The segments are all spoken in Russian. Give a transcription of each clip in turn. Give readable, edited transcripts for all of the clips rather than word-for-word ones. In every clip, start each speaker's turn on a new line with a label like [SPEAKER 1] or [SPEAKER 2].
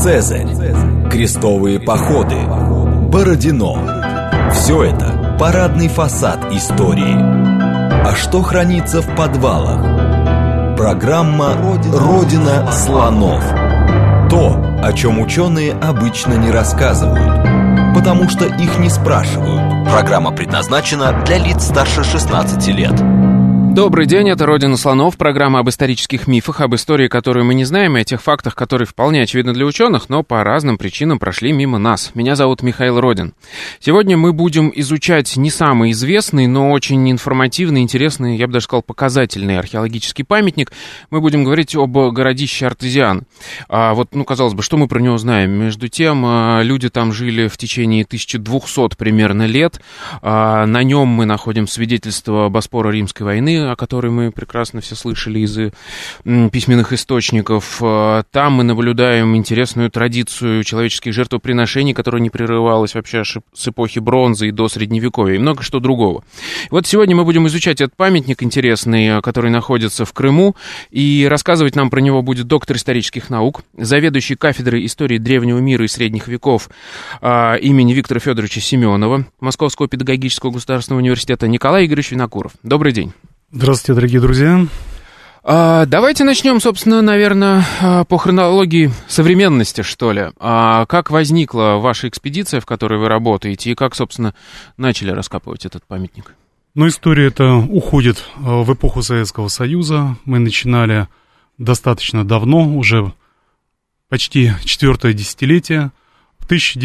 [SPEAKER 1] Цезарь, крестовые походы, Бородино. Все это парадный фасад истории. А что хранится в подвалах? Программа «Родина слонов». То, о чем ученые обычно не рассказывают, потому что их не спрашивают. Программа предназначена для лиц старше 16 лет.
[SPEAKER 2] Добрый день, это «Родина слонов», программа об исторических мифах, об истории, которую мы не знаем, и о тех фактах, которые вполне очевидны для ученых, но по разным причинам прошли мимо нас. Меня зовут Михаил Родин. Сегодня мы будем изучать не самый известный, но очень информативный, интересный, я бы даже сказал, показательный археологический памятник. Мы будем говорить об городище Артезиан. Казалось бы, что мы про него знаем? Между тем, люди там жили в течение 1200 примерно лет. На нем мы находим свидетельство Боспоро-Римской войны, о которой мы прекрасно все слышали из письменных источников. Там мы наблюдаем интересную традицию человеческих жертвоприношений, которая не прерывалась вообще с эпохи бронзы и до Средневековья, и много что другого. Вот сегодня мы будем изучать этот памятник интересный, который находится в Крыму, и рассказывать нам про него будет доктор исторических наук, заведующий кафедрой истории древнего мира и средних веков имени Виктора Федоровича Семенова Московского педагогического государственного университета Николай Игоревич Винокуров. Добрый день.
[SPEAKER 3] Здравствуйте, дорогие друзья.
[SPEAKER 2] Давайте начнем, собственно, наверное, по хронологии современности, что ли. Как возникла ваша экспедиция, в которой вы работаете, и как, собственно, начали раскапывать этот памятник?
[SPEAKER 3] История эта уходит в эпоху Советского Союза. Мы начинали достаточно давно, уже почти четвертое десятилетие. В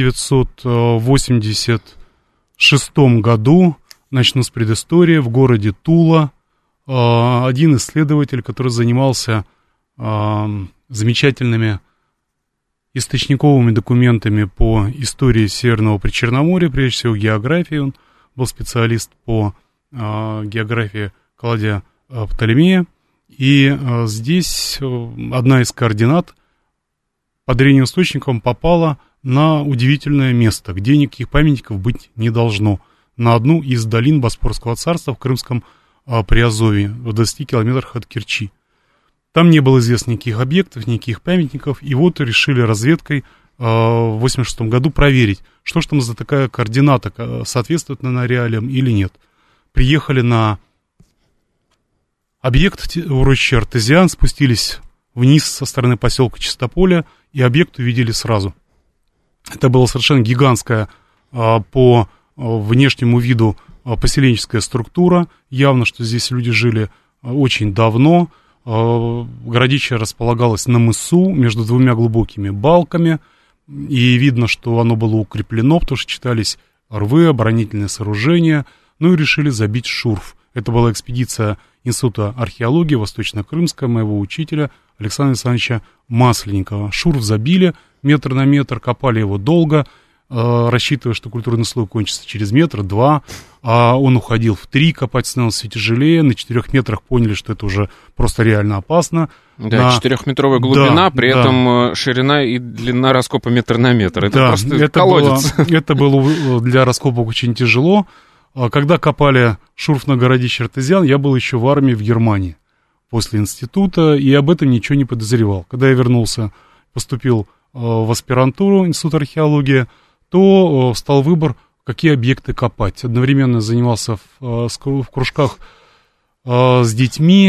[SPEAKER 3] 1986 году, начну с предыстории, в городе Тула один исследователь, который занимался замечательными источниковыми документами по истории Северного Причерноморья, прежде всего географии, он был специалист по географии Клавдия Птолемея, и здесь одна из координат по древним источникам попала на удивительное место, где никаких памятников быть не должно, на одну из долин Боспорского царства в Крымском Приазовье, в 20 километрах от Керчи. Там не было известно никаких объектов, никаких памятников, и вот решили разведкой в 1986 году проверить, что ж там за такая координата, соответствует она реалиям или нет. Приехали на объект урочища Артезиан, спустились вниз со стороны поселка Чистополя, и объект увидели сразу. Это была совершенно гигантская по внешнему виду поселенческая структура. Явно, что здесь люди жили очень давно. Городище располагалось на мысу между двумя глубокими балками. И видно, что оно было укреплено, потому что читались рвы, оборонительные сооружения. И решили забить шурф. Это была экспедиция Института археологии Восточно-Крымская, моего учителя Александра Александровича Масленникова. Шурф забили метр на метр, копали его долго, рассчитывая, что культурный слой кончится через метр-два, а он уходил в 3, копать становилось все тяжелее, на 4 метрах поняли, что это уже просто реально опасно.
[SPEAKER 2] Да, 4-метровая глубина, при этом ширина и длина раскопа метр на метр. Это просто колодец.
[SPEAKER 3] Это было для раскопок очень тяжело. Когда копали шурф на городище Артезиан, я был еще в армии в Германии после института, и об этом ничего не подозревал. Когда я вернулся, поступил в аспирантуру Института археологии, то стал выбор, какие объекты копать. Одновременно занимался в кружках с детьми.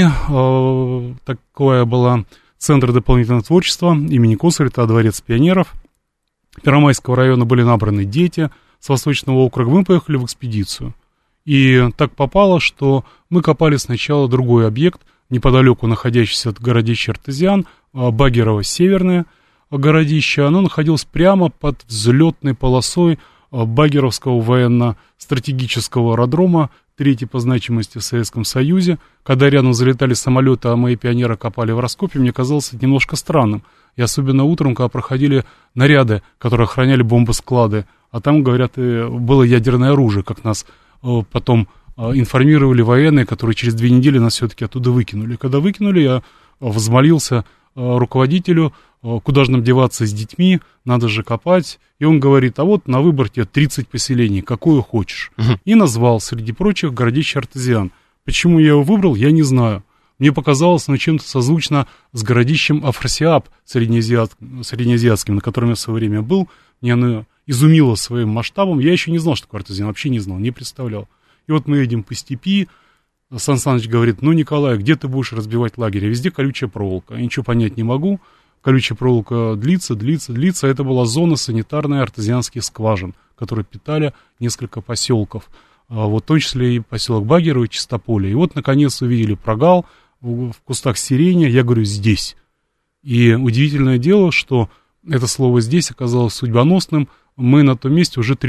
[SPEAKER 3] Такое было Центр дополнительного творчества имени Косаря, это Дворец пионеров. Первомайского района были набраны дети с Восточного округа. Мы поехали в экспедицию. И так попало, что мы копали сначала другой объект, неподалеку находящийся от городища Артезиан, Багерово-Северное городище. Оно находилось прямо под взлетной полосой Багеровского военно-стратегического аэродрома, третий по значимости в Советском Союзе. Когда рядом залетали самолеты, а мои пионеры копали в раскопе, мне казалось это немножко странным. И особенно утром, когда проходили наряды, которые охраняли бомбосклады, а там, говорят, было ядерное оружие, как нас потом информировали военные, которые через 2 недели нас все-таки оттуда выкинули. Когда выкинули, я взмолился руководителю, куда же нам деваться с детьми, надо же копать. И он говорит, а вот на выбор тебе 30 поселений, какое хочешь. И назвал, среди прочих, городище Артезиан. Почему я его выбрал, я не знаю. Мне показалось, чем-то созвучно с городищем Афросиаб среднеазиатским, на котором я в свое время был. Мне оно изумило своим масштабом. Я еще не знал, что такое артезиан, вообще не знал, не представлял. И вот мы едем по степи. Сан Саныч говорит: ну, Николай, где ты будешь разбивать лагерь? А везде колючая проволока. Я ничего понять не могу. Колючая проволока длится. Это была зона санитарная артезианских скважин, которые питали несколько поселков. Вот, в том числе и поселок Багерово и Чистополье. И вот, наконец, увидели прогал в кустах сирени. Я говорю: здесь. И удивительное дело, что это слово «здесь» оказалось судьбоносным. Мы на том месте уже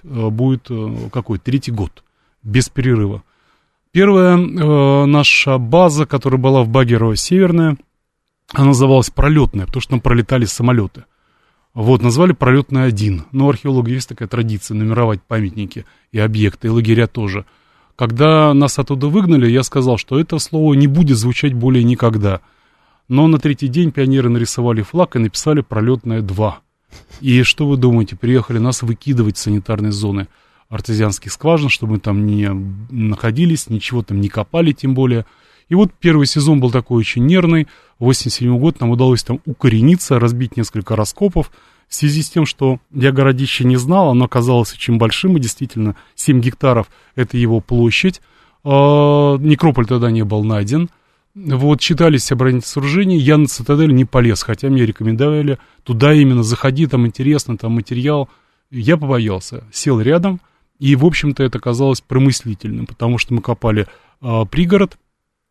[SPEAKER 3] 3-й год, без перерыва. Первая наша база, которая была в Багерово, северная, она называлась «Пролетная», потому что там пролетали самолеты. Вот, назвали «Пролетная-1». Но у археологов есть такая традиция нумеровать памятники и объекты, и лагеря тоже. Когда нас оттуда выгнали, я сказал, что это слово не будет звучать более никогда. Но на 3-й день пионеры нарисовали флаг и написали «Пролетная-2». И что вы думаете, приехали нас выкидывать с санитарной зоны артезианских скважин, чтобы мы там не находились, ничего там не копали тем более. И вот первый сезон был такой очень нервный. В 87 год нам удалось там укорениться, разбить несколько раскопов. В связи с тем, что я городище не знал, оно оказалось очень большим, и действительно 7 гектаров — это его площадь. Некрополь тогда не был найден. Вот, считались оборонительные сооружения. Я на цитадель не полез, хотя мне рекомендовали туда именно заходи, там интересно, там материал. Я побоялся, сел рядом, и, в общем-то, это казалось промыслительным, потому что мы копали пригород,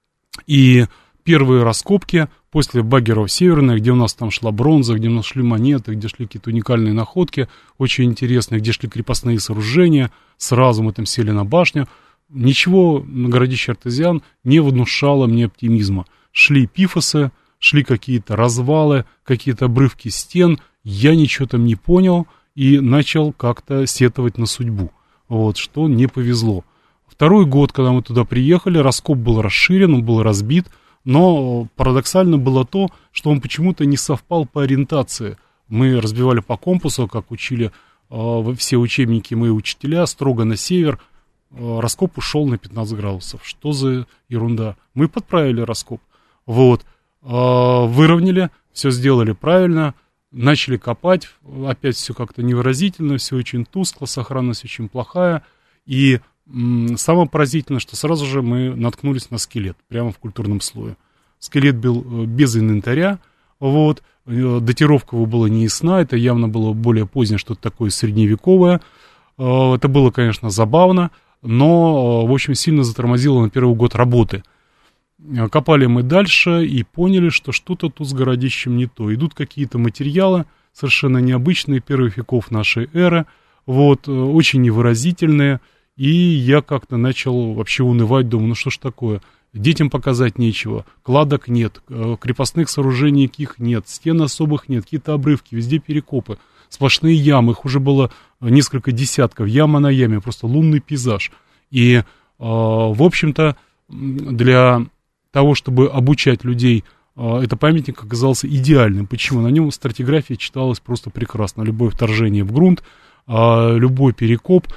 [SPEAKER 3] и первые раскопки после Багерово-Северной, где у нас там шла бронза, где у нас шли монеты, где шли какие-то уникальные находки, очень интересные, где шли крепостные сооружения, сразу мы там сели на башню. Ничего на городище артезиан не внушало мне оптимизма. Шли пифосы, шли какие-то развалы, какие-то обрывки стен, я ничего там не понял и начал как-то сетовать на судьбу, вот, что не повезло. Второй год, когда мы туда приехали, раскоп был расширен, он был разбит, но парадоксально было то, что он почему-то не совпал по ориентации. Мы разбивали по компасу, как учили все учебники мои учителя, строго на север. Раскоп ушел на 15 градусов. Что за ерунда? Мы подправили раскоп. Вот. Выровняли, все сделали правильно, начали копать. Опять все как-то невыразительно, все очень тускло, сохранность очень плохая. И самое поразительное, что сразу же мы наткнулись на скелет, прямо в культурном слое. Скелет был без инвентаря. Вот. Датировка его была не ясна, это явно было более позднее, что-то такое средневековое. Это было, конечно, забавно, но, в общем, сильно затормозило на первый год работы. Копали мы дальше и поняли, что что-то тут с городищем не то. Идут какие-то материалы, совершенно необычные, первых веков нашей эры, вот, очень невыразительные, и я как-то начал вообще унывать, думаю, ну что ж такое, детям показать нечего, кладок нет, крепостных сооружений никаких нет, стен особых нет, какие-то обрывки, везде перекопы. Сплошные ямы, их уже было несколько десятков, яма на яме, просто лунный пейзаж. И, в общем-то, для того, чтобы обучать людей, этот памятник оказался идеальным. Почему? На нем стратиграфия читалась просто прекрасно. Любое вторжение в грунт, любой перекоп,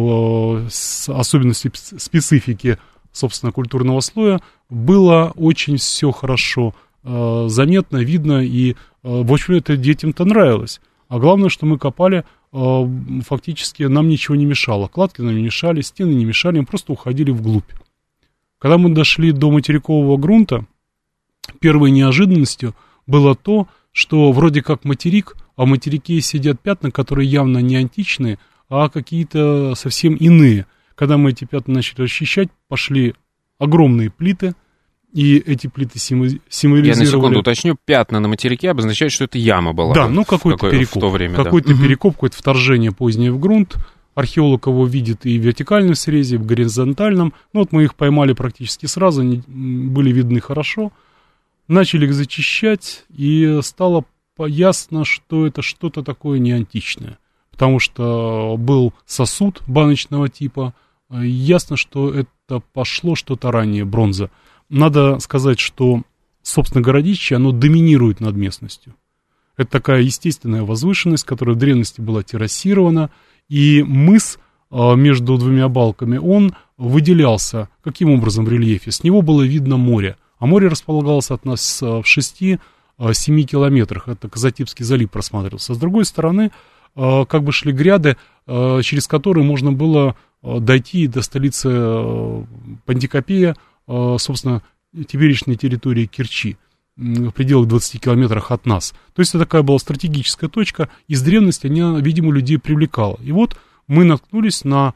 [SPEAKER 3] особенности специфики, собственно, культурного слоя, было очень все хорошо заметно, видно, и, в общем, это детям-то нравилось. А главное, что мы копали, фактически нам ничего не мешало. Кладки нам не мешали, стены не мешали, мы просто уходили вглубь. Когда мы дошли до материкового грунта, первой неожиданностью было то, что вроде как материк, а в материке сидят пятна, которые явно не античные, а какие-то совсем иные. Когда мы эти пятна начали расчищать, пошли огромные плиты, и эти плиты символизировали...
[SPEAKER 2] Я на секунду уточню, пятна на материке обозначают, что это яма была.
[SPEAKER 3] Да, ну какой-то перекоп.
[SPEAKER 2] В то время,
[SPEAKER 3] какой-то перекоп, какое-то вторжение позднее в грунт. Археолог его видит и в вертикальном срезе, и в горизонтальном. Ну вот мы их поймали практически сразу, они были видны хорошо. Начали их зачищать, и стало ясно, что это что-то такое неантичное. Потому что был сосуд баночного типа. Ясно, что это пошло что-то ранее, бронза. Надо сказать, что, собственно, городище, оно доминирует над местностью. Это такая естественная возвышенность, которая в древности была террасирована, и мыс между двумя балками, он выделялся. Каким образом в рельефе? С него было видно море. А море располагалось от нас в 6-7 километрах. Это Казатипский залив просматривался. С другой стороны, как бы шли гряды, через которые можно было дойти до столицы Пантикопея, собственно, теперешней территории Керчи, в пределах 20 километрах от нас. То есть это такая была стратегическая точка. Из древности она, видимо, людей привлекала. И вот мы наткнулись на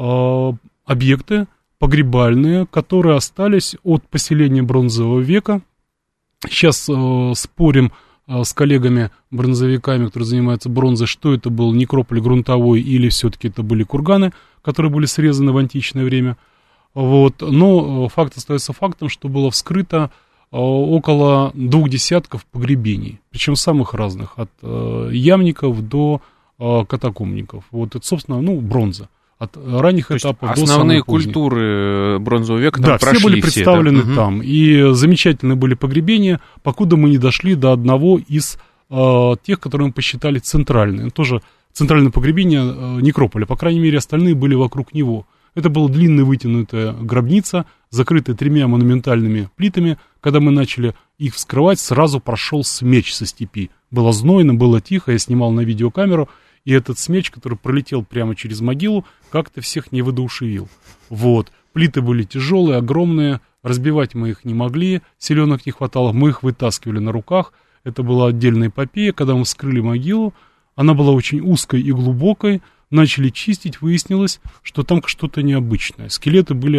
[SPEAKER 3] объекты погребальные, которые остались от поселения Бронзового века. Сейчас спорим с коллегами-бронзовиками, которые занимаются бронзой, что это был некрополь грунтовой или все-таки это были курганы, которые были срезаны в античное время. Вот. Но факт остается фактом, что было вскрыто около 2 десятков погребений, причем самых разных, от ямников до катакомников. Вот это, собственно, бронза. От ранних этапов до
[SPEAKER 2] основные
[SPEAKER 3] самых поздних.
[SPEAKER 2] Культуры бронзового века там прошли. Да,
[SPEAKER 3] все были представлены там. И замечательные были погребения, покуда мы не дошли до одного из тех, которые мы посчитали центральные. Тоже центральное погребение некрополя, по крайней мере, остальные были вокруг него. Это была длинная вытянутая гробница, закрытая 3 монументальными плитами. Когда мы начали их вскрывать, сразу прошел смеч со степи. Было знойно, было тихо, я снимал на видеокамеру. И этот смеч, который пролетел прямо через могилу, как-то всех не воодушевил. Вот. Плиты были тяжелые, огромные, разбивать мы их не могли, селенок не хватало, мы их вытаскивали на руках. Это была отдельная эпопея, когда мы вскрыли могилу. Она была очень узкой и глубокой. Начали чистить, выяснилось, что там что-то необычное. Скелеты были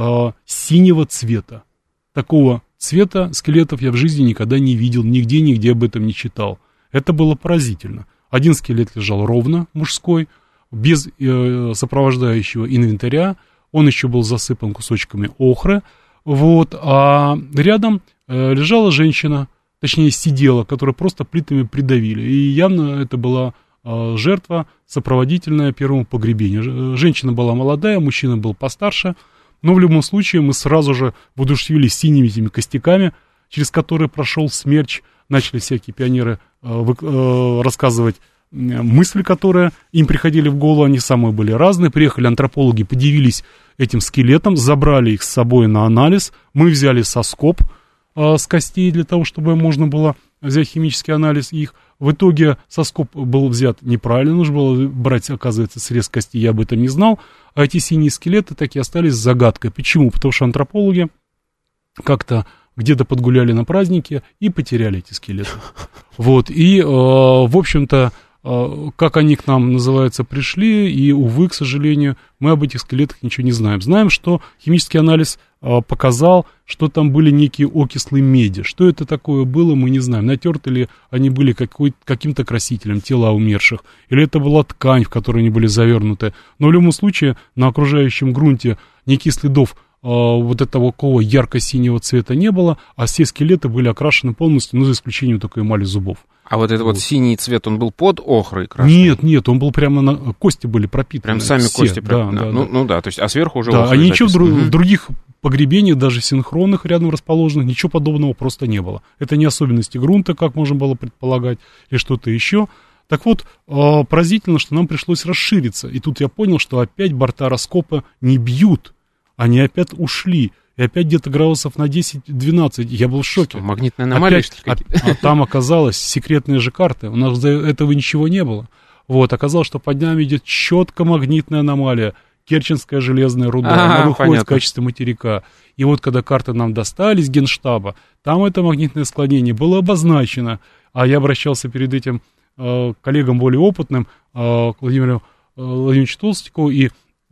[SPEAKER 3] синего цвета. Такого цвета скелетов я в жизни никогда не видел, нигде об этом не читал. Это было поразительно. Один скелет лежал ровно, мужской, без сопровождающего инвентаря. Он еще был засыпан кусочками охры. Вот. А рядом лежала женщина, точнее сидела, которую просто плитами придавили. И явно это была жертва, сопроводительная первому погребению. Женщина была молодая, мужчина был постарше. Но в любом случае мы сразу же воодушевились синими этими костяками, через которые прошел смерч. Начали всякие пионеры рассказывать мысли, которые им приходили в голову, они самые были разные. Приехали антропологи, подивились этим скелетом, забрали их с собой на анализ. Мы взяли соскоб с костей для того, чтобы можно было взять химический анализ их. В итоге соскоб был взят неправильно, нужно было брать, оказывается, срез кости, я об этом не знал. А эти синие скелеты так и остались загадкой. Почему? Потому что антропологи как-то где-то подгуляли на празднике и потеряли эти скелеты. Вот, и, в общем-то, как они к нам, называется, пришли, и, увы, к сожалению, мы об этих скелетах ничего не знаем. Знаем, что химический анализ показал, что там были некие окислы меди. Что это такое было, мы не знаем. Натерты ли они были каким-то красителем тела умерших, или это была ткань, в которой они были завернуты. Но в любом случае на окружающем грунте никаких следов вот этого такого ярко-синего цвета не было, а все скелеты были окрашены полностью, за исключением только эмали зубов.
[SPEAKER 2] А вот этот вот синий цвет, он был под охрой красный?
[SPEAKER 3] Нет, он был прямо на... Кости были пропитаны.
[SPEAKER 2] Прям сами все, кости пропитаны. Да, то есть, а сверху уже охрой.
[SPEAKER 3] А ничего в других погребениях, даже синхронных, рядом расположенных, ничего подобного просто не было. Это не особенности грунта, как можно было предполагать, или что-то еще. Так вот, поразительно, что нам пришлось расшириться. И тут я понял, что опять борта раскопа не бьют. Они опять ушли. И опять где-то градусов на 10-12. Я был в шоке.
[SPEAKER 2] Что, магнитная аномалия, опять, что ли,
[SPEAKER 3] а там оказалось секретные же карты. У нас до этого ничего не было. Вот, оказалось, что под нами идет четко магнитная аномалия. Керченская железная руда. Она выходит в качестве материка. И вот, когда карты нам достались Генштаба, там это магнитное склонение было обозначено. А я обращался перед этим к коллегам более опытным, Владимиру Владимировичу Толстикову и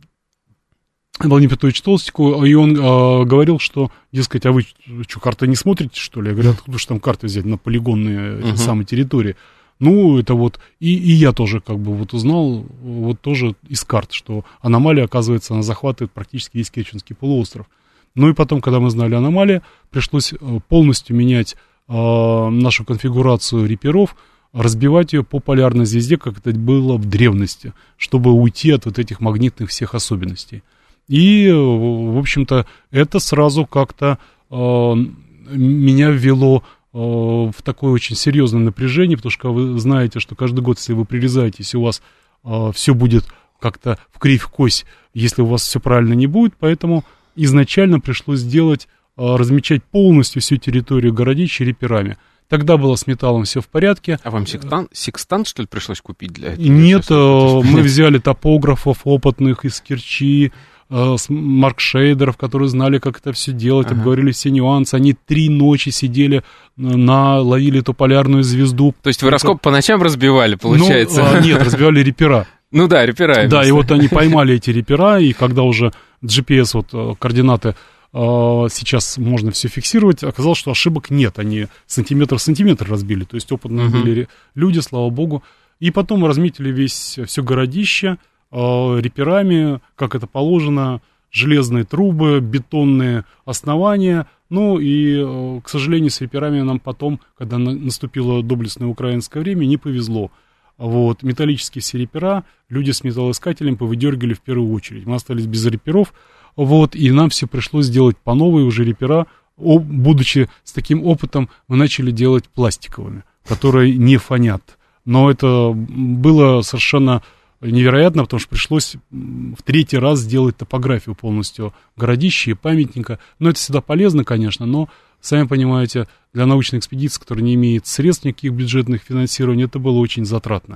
[SPEAKER 3] Владимиру Петровичу Толстикову, и он говорил, что, дескать, а вы что, карты не смотрите, что ли? Я говорю, откуда же там карты взять на полигонные самые территории? Ну, это вот, и я тоже как бы вот узнал, вот тоже из карт, что аномалия, оказывается, она захватывает практически весь Керченский полуостров. Ну и потом, когда мы знали аномалию, пришлось полностью менять нашу конфигурацию реперов, разбивать ее по полярной звезде, как это было в древности, чтобы уйти от вот этих магнитных всех особенностей. И, в общем-то, это сразу как-то меня ввело в такое очень серьезное напряжение, потому что вы знаете, что каждый год, если вы прирезаетесь, у вас все будет как-то в кривь-кось, если у вас все правильно не будет, поэтому изначально пришлось сделать размечать полностью всю территорию городища реперами. Тогда было с металлом все в порядке.
[SPEAKER 2] А вам секстант, что ли, пришлось купить для этого?
[SPEAKER 3] Нет, мы взяли топографов опытных из Керчи, маркшейдеров, которые знали, как это все делать, обговорили все нюансы. Они 3 ночи сидели, ловили эту полярную звезду. То
[SPEAKER 2] есть вы раскоп по ночам разбивали, получается?
[SPEAKER 3] Нет, разбивали репера.
[SPEAKER 2] Ну да, репера.
[SPEAKER 3] Да, и вот они поймали эти репера, и когда уже GPS, координаты, сейчас можно все фиксировать, оказалось, что ошибок нет, они сантиметр в сантиметр разбили, то есть опытные были люди, слава богу, и потом разметили все городище реперами, как это положено, железные трубы, бетонные основания, и, к сожалению, с реперами нам потом, когда наступило доблестное украинское время, не повезло. Металлические все репера, люди с металлоискателем повыдергивали в первую очередь, мы остались без реперов. И нам все пришлось делать по новой уже репера. Будучи с таким опытом, мы начали делать пластиковыми, которые не фонят. Но это было совершенно невероятно, потому что пришлось в 3-й раз сделать топографию полностью городища и памятника. Это всегда полезно, конечно, но, сами понимаете, для научной экспедиции, которая не имеет средств никаких бюджетных финансирований, это было очень затратно.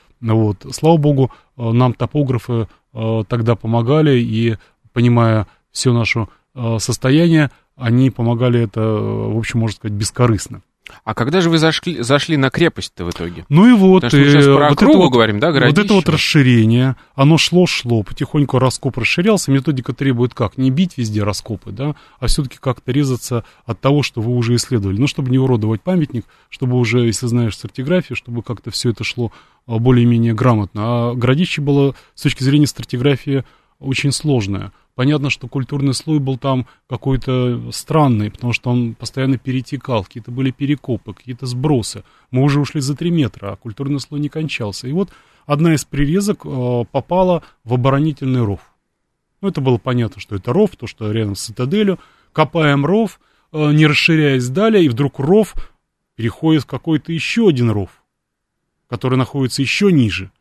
[SPEAKER 3] Слава богу, нам топографы тогда помогали, и понимая все наше состояние, они помогали это, в общем, можно сказать, бескорыстно.
[SPEAKER 2] А когда же вы зашли на крепость-то в итоге?
[SPEAKER 3] Потому
[SPEAKER 2] что мы сейчас про округу говорим, да, городище?
[SPEAKER 3] Вот это расширение, оно шло, потихоньку раскоп расширялся, методика требует как? Не бить везде раскопы, да, а все-таки как-то резаться от того, что вы уже исследовали. Чтобы не уродовать памятник, чтобы уже, если знаешь стратиграфию, чтобы как-то все это шло более-менее грамотно. А городище было, с точки зрения стратиграфии, очень сложное. Понятно, что культурный слой был там какой-то странный, потому что он постоянно перетекал, какие-то были перекопы, какие-то сбросы. Мы уже ушли за 3 метра, а культурный слой не кончался. И одна из прирезок попала в оборонительный ров. Это было понятно, что это ров, то, что рядом с цитаделью. Копаем ров, не расширяясь далее, и вдруг ров переходит в какой-то еще один ров, который находится еще ниже.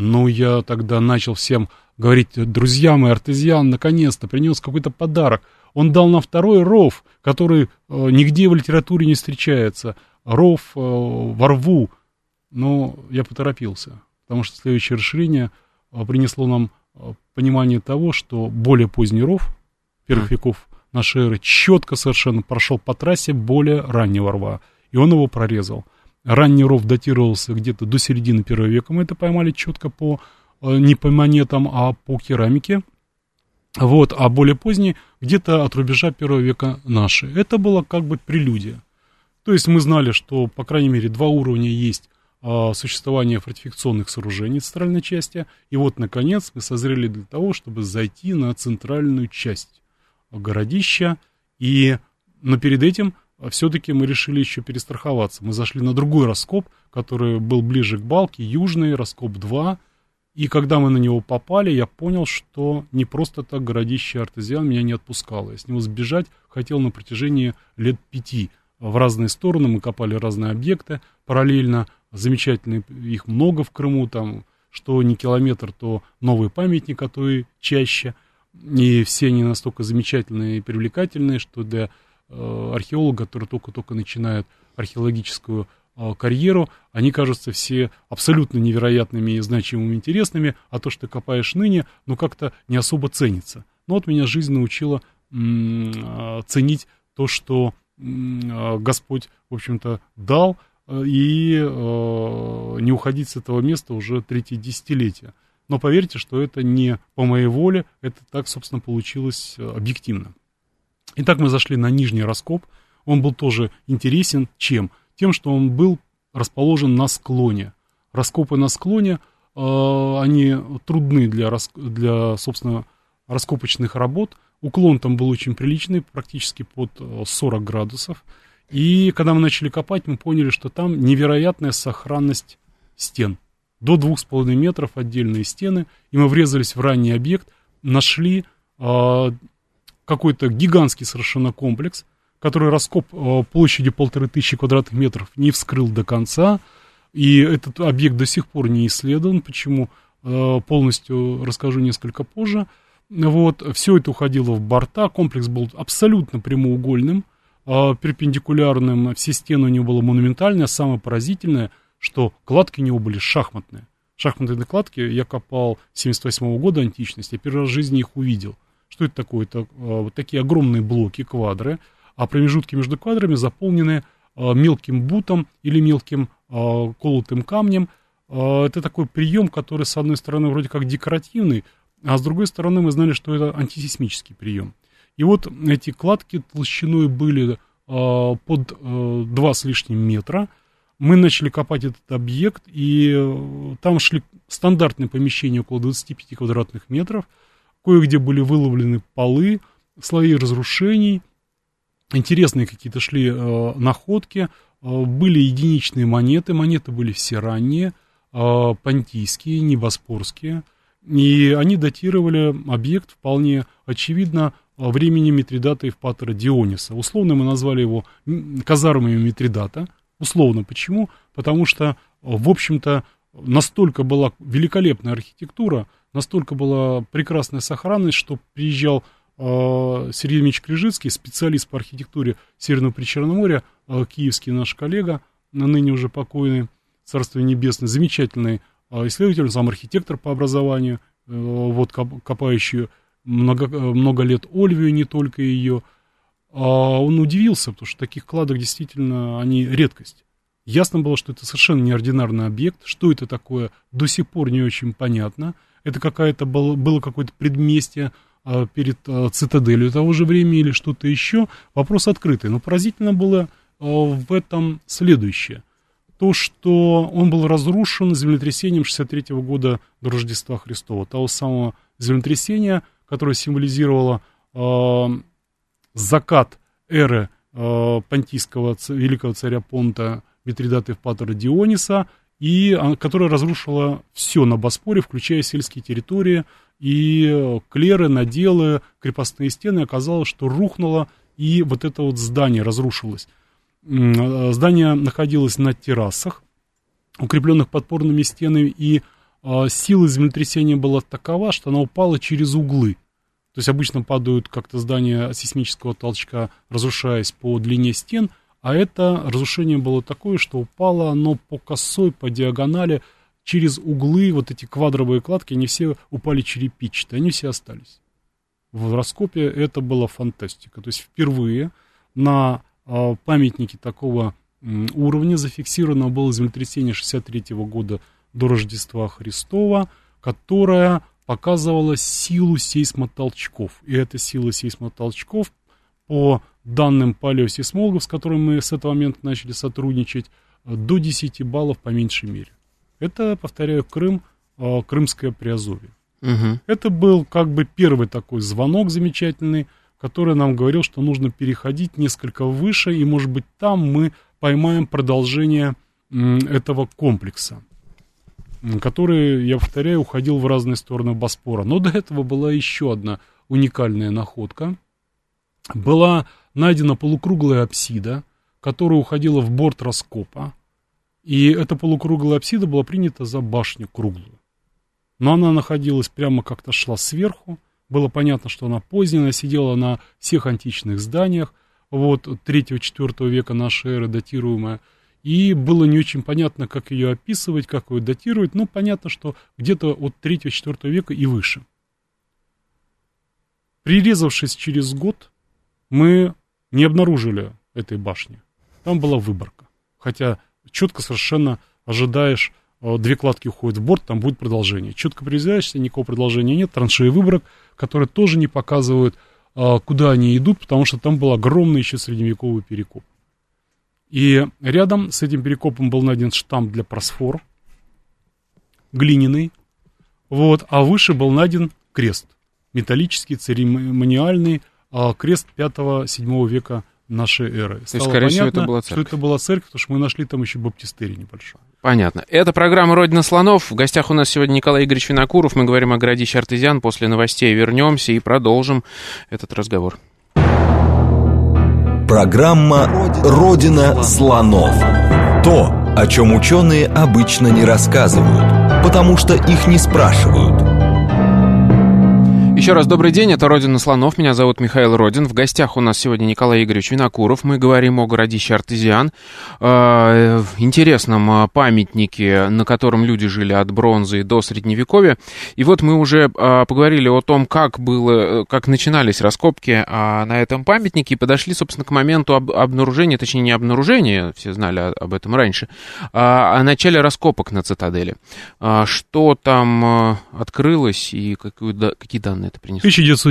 [SPEAKER 3] Я тогда начал всем говорить: друзья мои, артезиан наконец-то принес какой-то подарок. Он дал нам 2-й ров, который нигде в литературе не встречается. Ров во рву. Но я поторопился, потому что следующее расширение принесло нам понимание того, что более поздний ров первых веков нашей эры четко совершенно прошел по трассе более раннего рва, и он его прорезал. Ранний ров датировался где-то до середины 1 века, мы это поймали четко не по монетам, а по керамике. А более поздний где-то от рубежа 1 века наши. Это было как бы прелюдия. То есть мы знали, что, по крайней мере, 2 уровня есть существование фортификационных сооружений в центральной части. И наконец, мы созрели для того, чтобы зайти на центральную часть городища. Но перед этим все-таки мы решили еще перестраховаться. Мы зашли на другой раскоп, который был ближе к балке, южный, раскоп 2. И когда мы на него попали, я понял, что не просто так городище артезиан меня не отпускало. Я с него сбежать хотел на протяжении лет 5. В разные стороны мы копали разные объекты параллельно. Замечательные, их много в Крыму, там, что не километр, то новый памятник, а то и чаще. И все они настолько замечательные и привлекательные, что для археолога, который только-только начинает археологическую карьеру, они кажутся все абсолютно невероятными и значимыми, интересными, а то, что ты копаешь ныне, как-то не особо ценится. Но меня жизнь научила ценить то, что Господь, в общем-то, дал, и не уходить с этого места уже 3-е десятилетие. Но поверьте, что это не по моей воле, это так, собственно, получилось объективно. Итак, мы зашли на нижний раскоп. Он был тоже интересен чем? Тем, что он был расположен на склоне. Раскопы на склоне, они трудны для, собственно, раскопочных работ. Уклон там был очень приличный, практически под 40 градусов. И когда мы начали копать, мы поняли, что там невероятная сохранность стен. До 2,5 метров отдельные стены. И мы врезались в ранний объект, нашли какой-то гигантский совершенно комплекс, который раскоп площадью 1500 квадратных метров не вскрыл до конца. И этот объект до сих пор не исследован. Почему? Полностью расскажу несколько позже. Вот, все это уходило в борта, комплекс был абсолютно прямоугольным, перпендикулярным, все стены у него было монументальные, а самое поразительное, что кладки у него были шахматные. Шахматные кладки я копал с 1978 года античности, я первый раз в жизни их увидел. Что это такое? Это вот такие огромные блоки, квадры, а промежутки между квадрами заполнены мелким бутом или мелким колотым камнем. Это такой прием, который, с одной стороны, вроде как декоративный, а с другой стороны, мы знали, что это антисейсмический прием. И вот эти кладки толщиной были под 2 с лишним метра. Мы начали копать этот объект, и там шли стандартные помещения около 25 квадратных метров. Кое-где были выловлены полы, слои разрушений. Интересные какие-то шли находки. Были единичные монеты. Монеты были все ранние, понтийские, не боспорские. И они датировали объект вполне очевидно временем Митридата Евпатора Диониса. Условно мы назвали его казармами Митридата. Условно. Почему? Потому что, в общем-то, настолько была великолепная архитектура, настолько была прекрасная сохранность, что приезжал Сергей Ильич Крижицкий, специалист по архитектуре Северного Причерноморья, киевский наш коллега, ныне уже покойный, Царствие Небесное, замечательный исследователь, сам архитектор по образованию, вот копающий много лет Ольвию, не только ее. Он удивился, потому что таких кладок действительно, они редкость. Ясно было, что это совершенно неординарный объект. Что это такое, до сих пор не очень понятно. Это было какое-то предместье перед цитаделью того же времени или что-то еще. Вопрос открытый. Но поразительно было в этом следующее. То, что он был разрушен землетрясением 63 года до Рождества Христова. Того самого землетрясения, которое символизировало закат эры понтийского великого царя Понта Митридата Евпатора Диониса, и которая разрушила все на Боспоре, включая сельские территории, и клеры, наделы, крепостные стены. Оказалось, что рухнуло, и вот это вот здание разрушилось. Здание находилось на террасах, укрепленных подпорными стенами, и сила землетрясения была такова, что она упала через углы. То есть обычно падают как-то здания от сейсмического толчка, разрушаясь по длине стен, а это разрушение было такое, что упало оно по косой, по диагонали, через углы, вот эти квадровые кладки, они все упали черепичатые, они все остались. В раскопе это была фантастика. То есть впервые на памятнике такого уровня зафиксировано было землетрясение 63 года до Рождества Христова, которое показывала силу сейсмотолчков. И эта сила сейсмотолчков, по данным палеосейсмологов, с которыми мы с этого момента начали сотрудничать, до 10 баллов по меньшей мере. Это, повторяю, Крым, Крымское Приазовье. Угу. Это был как бы первый такой звонок замечательный, который нам говорил, что нужно переходить несколько выше, и, может быть, там мы поймаем продолжение этого комплекса, который, я повторяю, уходил в разные стороны Боспора. Но до этого была еще одна уникальная находка. Была найдена полукруглая апсида, которая уходила в борт раскопа. И эта полукруглая апсида была принята за башню круглую. Но она находилась прямо как-то шла сверху. Было понятно, что она поздняя, сидела на всех античных зданиях. Вот 3-4 века нашей эры датируемая. И было не очень понятно, как ее описывать, как ее датировать. Но понятно, что где-то от 3-4 века и выше. Прирезавшись через год, мы не обнаружили этой башни. Там была выборка. Хотя четко совершенно ожидаешь, 2 кладки уходят в борт, там будет продолжение. Четко прирезаешься, никакого продолжения нет. Траншеи выборок, которые тоже не показывают, куда они идут, потому что там был огромный еще средневековый перекоп. И рядом с этим перекопом был найден штамп для просфор, глиняный, вот, а выше был найден крест, металлический, церемониальный, крест 5-7 века нашей эры.
[SPEAKER 2] Стало скорее всего, это была церковь.
[SPEAKER 3] Что это была церковь, потому что мы нашли там еще баптистерий небольшой.
[SPEAKER 2] Понятно. Это программа «Родина слонов». В гостях у нас сегодня Николай Игоревич Винокуров. Мы говорим о городище Артезиан. После новостей вернемся и продолжим этот разговор.
[SPEAKER 1] Программа «Родина слонов». То, о чем ученые обычно не рассказывают, потому что их не спрашивают.
[SPEAKER 2] Еще раз добрый день, это «Родина слонов», меня зовут Михаил Родин. В гостях у нас сегодня Николай Игоревич Винокуров. Мы говорим о городище Артезиан, интересном памятнике, на котором люди жили от бронзы до Средневековья. И вот мы уже поговорили о том, как начинались раскопки на этом памятнике, и подошли, собственно, к моменту обнаружения, точнее, не обнаружения, все знали об этом раньше, о начале раскопок на цитадели. Что там открылось и какие данные это принесло?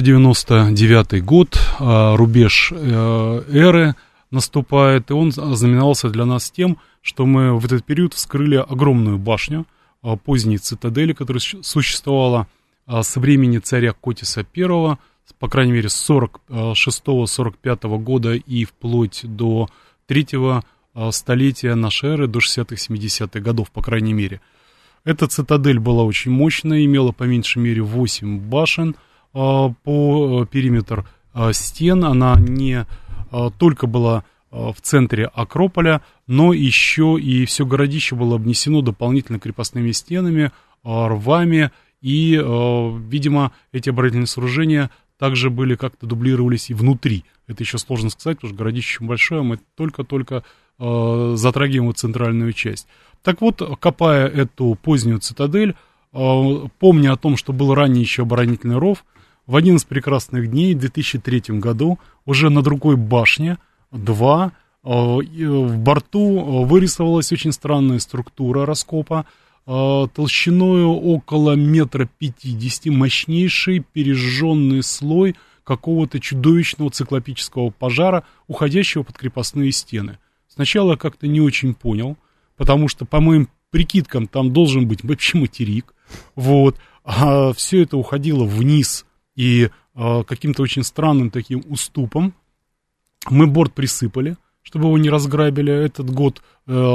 [SPEAKER 3] 1999 год, рубеж эры наступает, и он знаменовался для нас тем, что мы в этот период вскрыли огромную башню поздней цитадели, которая существовала с времени царя Котиса I, по крайней мере, с 46-45 года и вплоть до 3-го столетия нашей эры, до 60-70-х годов, по крайней мере. Эта цитадель была очень мощная, имела по меньшей мере 8 башен по периметр стен. Она не только была в центре Акрополя, но еще и все городище было обнесено дополнительно крепостными стенами, рвами, и, видимо, эти оборонительные сооружения также были как-то дублировались и внутри. Это еще сложно сказать, потому что городище очень большое, мы только-только затрагиваем центральную часть. Так вот, копая эту позднюю цитадель, помня о том, что был ранний еще оборонительный ров, в один из прекрасных дней, в 2003 году, уже на другой башне, 2, в борту вырисовалась очень странная структура раскопа, толщиною около 1,50 м, мощнейший пережженный слой какого-то чудовищного циклопического пожара, уходящего под крепостные стены. Сначала я как-то не очень понял, потому что, по моим прикидкам, там должен быть вообще материк, вот, а все это уходило вниз и каким-то очень странным таким уступом. Мы борт присыпали, чтобы его не разграбили. Этот год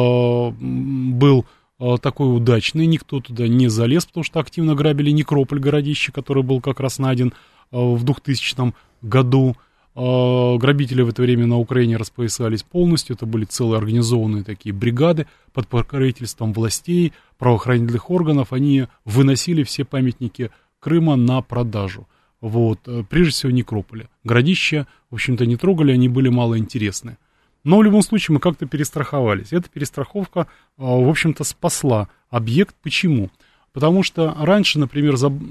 [SPEAKER 3] был такой удачный, никто туда не залез, потому что активно грабили Некрополь, городище, который был как раз найден в 2000 году. Грабители в это время на Украине распоясались полностью, это были целые организованные такие бригады под покровительством властей, правоохранительных органов, они выносили все памятники Крыма на продажу. Вот, прежде всего Некрополя. Городища, в общем-то, не трогали, они были малоинтересны. Но в любом случае мы как-то перестраховались. Эта перестраховка, в общем-то, спасла объект. Почему? Потому что раньше, например,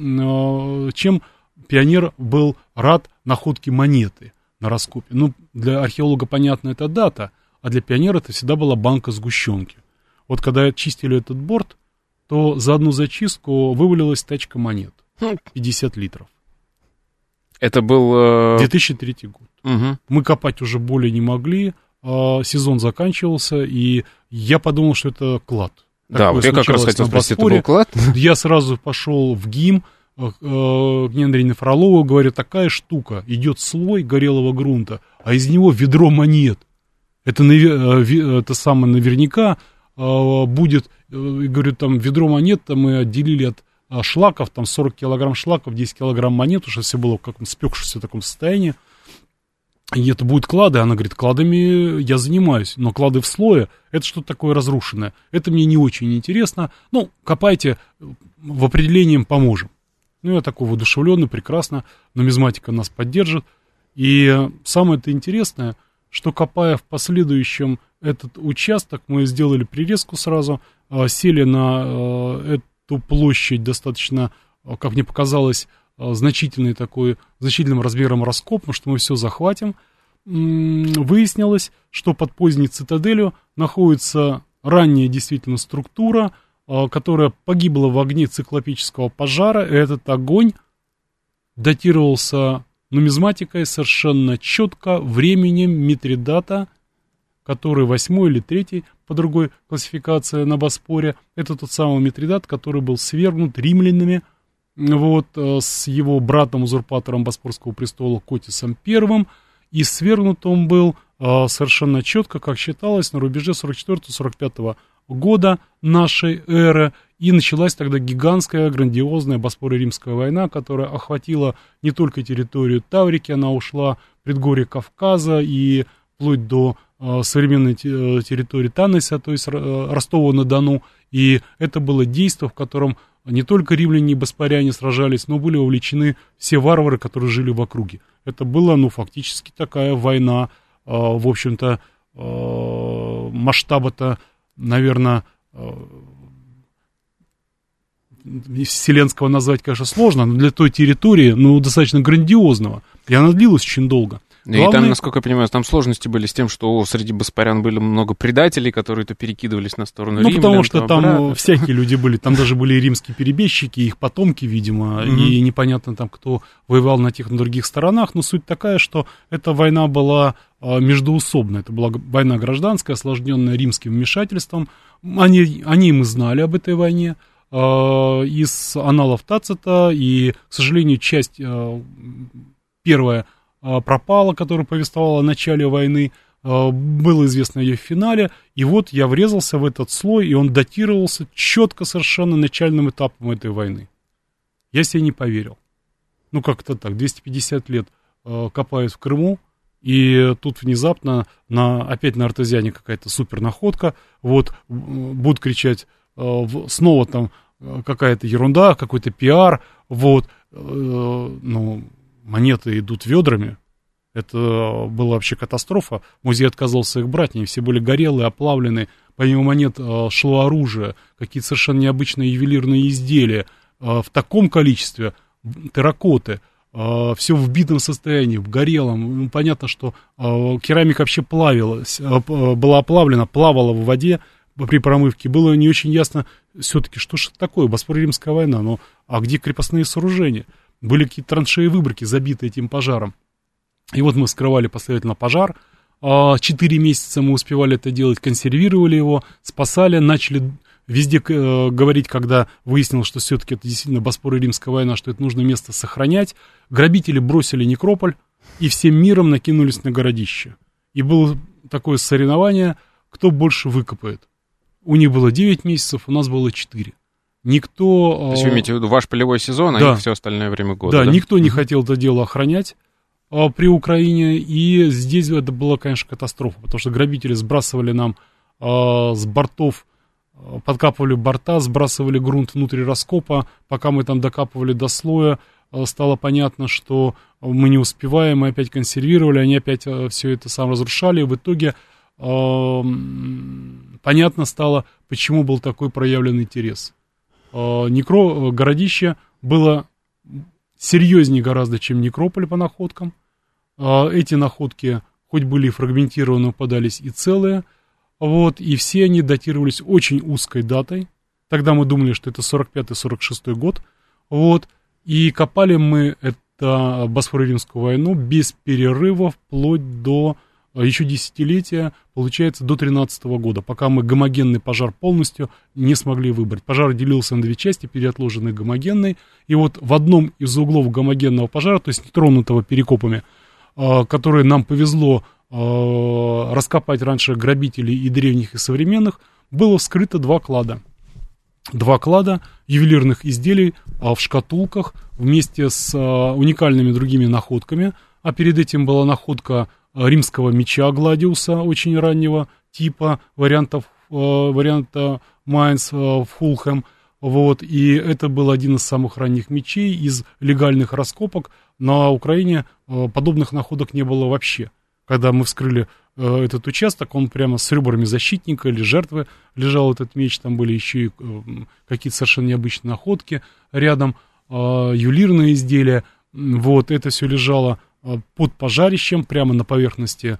[SPEAKER 3] чем пионер был рад находке монеты на раскопе. Ну, для археолога, понятно, это дата, а для пионера это всегда была банка сгущенки. Вот когда чистили этот борт, то за одну зачистку вывалилась тачка монет. 50 литров.
[SPEAKER 2] Это был...
[SPEAKER 3] 2003 год. Угу. Мы копать уже более не могли, сезон заканчивался, и я подумал, что это клад.
[SPEAKER 2] Да, вот я как раз хотел спросить, это был клад?
[SPEAKER 3] Я сразу пошел в ГИМ, к Нине Андреевне Фроловой, говорю, такая штука, идет слой горелого грунта, а из него ведро монет. Это самое наверняка будет, говорю, там ведро монет мы отделили от шлаков, там 40 килограмм шлаков, 10 килограмм монет, уже все было в каком-то спекшемся таком состоянии. И это будут клады. Она говорит, кладами я занимаюсь, но клады в слое, это что-то такое разрушенное. Это мне не очень интересно. Ну, копайте, в определении поможем. Ну, я такой воодушевленный, прекрасно, нумизматика нас поддержит. И самое-то интересное, что копая в последующем этот участок, мы сделали прирезку сразу, сели на эту площадь достаточно, как мне показалось, значительным размером раскоп, что мы все захватим. Выяснилось, что под поздней цитаделью находится ранняя действительно структура, которая погибла в огне циклопического пожара, и этот огонь датировался нумизматикой совершенно четко временем Митридата, который 8 или 3 по другой классификации на Боспоре. Это тот самый Митридат, который был свергнут римлянами, вот, с его братом-узурпатором Боспорского престола Котисом I, и свергнут он был совершенно четко, как считалось, на рубеже 44-45 года нашей эры, и началась тогда гигантская, грандиозная Боспоро-Римская война, которая охватила не только территорию Таврики, она ушла в предгорье Кавказа и вплоть до современной территории Таныса, то есть Ростова-на-Дону, и это было действие, в котором не только римляне и боспоряне сражались, но были вовлечены все варвары, которые жили в округе. Это была, фактически такая война, в общем-то, масштаба-то, наверное, вселенского назвать, конечно, сложно, но для той территории, достаточно грандиозного. И она длилась очень долго.
[SPEAKER 2] И там, насколько я понимаю, там сложности были с тем, что среди боспорян были много предателей, которые то перекидывались на сторону римлян.
[SPEAKER 3] Потому что там всякие люди были, там даже были римские перебежчики, их потомки, видимо, и непонятно там, кто воевал на тех, на других сторонах, но суть такая, что эта война была междоусобная, это была война гражданская, осложненная римским вмешательством. Они мы знали об этой войне из аналов Тацита, и, к сожалению, часть первая пропала, которая повествовала о начале войны, было известно ее в финале, и вот я врезался в этот слой, и он датировался четко совершенно начальным этапом этой войны. Я себе не поверил. Как-то так, 250 лет копаюсь в Крыму, и тут внезапно опять на артезиане какая-то супер находка, будут кричать снова там какая-то ерунда, какой-то пиар, монеты идут ведрами. Это была вообще катастрофа. Музей отказался их брать, они все были горелые, оплавлены. Помимо монет шло оружие, какие-то совершенно необычные ювелирные изделия. В таком количестве терракоты, все в битом состоянии, в горелом. Понятно, что керамика вообще плавилась, была оплавлена, плавала в воде при промывке. Было не очень ясно все-таки, что же это такое, Боспоро-Римская война. А где крепостные сооружения? Были какие-то траншеи и выборки, забитые этим пожаром. И вот мы вскрывали последовательно пожар. 4 месяца мы успевали это делать, консервировали его, спасали, начали везде говорить, когда выяснилось, что все-таки это действительно Боспоро-Римская война, что это нужно место сохранять. Грабители бросили некрополь и всем миром накинулись на городище. И было такое соревнование, кто больше выкопает. У них было 9 месяцев, у нас было 4. Никто...
[SPEAKER 2] То есть вы имеете в виду ваш полевой сезон, а их все остальное время года,
[SPEAKER 3] да? Никто не хотел это дело охранять при Украине, и здесь это была, конечно, катастрофа, потому что грабители сбрасывали нам с бортов, подкапывали борта, сбрасывали грунт внутри раскопа, пока мы там докапывали до слоя, стало понятно, что мы не успеваем, мы опять консервировали, они опять все это сам разрушали, и в итоге понятно стало, почему был такой проявлен интерес. Городище было серьезнее гораздо, чем некрополь по находкам. Эти находки, хоть были и фрагментированы, попадались и целые. И все они датировались очень узкой датой. Тогда мы думали, что это 45-46 год. И копали мы это Боспоро-Римскую войну без перерыва вплоть до еще десятилетия, получается, до 13 года, пока мы гомогенный пожар полностью не смогли выбрать. Пожар делился на 2 части, переотложенный и гомогенный. И в одном из углов гомогенного пожара, то есть нетронутого перекопами, который нам повезло раскопать раньше грабителей и древних, и современных, было вскрыто 2 клада. 2 клада ювелирных изделий в шкатулках вместе с уникальными другими находками. А перед этим была находка римского меча Гладиуса, очень раннего типа, варианта Майнц, Фулхэм. И это был один из самых ранних мечей из легальных раскопок. На Украине подобных находок не было вообще. Когда мы вскрыли этот участок, он прямо с ребрами защитника или жертвы лежал этот меч. Там были еще и какие-то совершенно необычные находки рядом, ювелирные изделия. Это все лежало под пожарищем, прямо на поверхности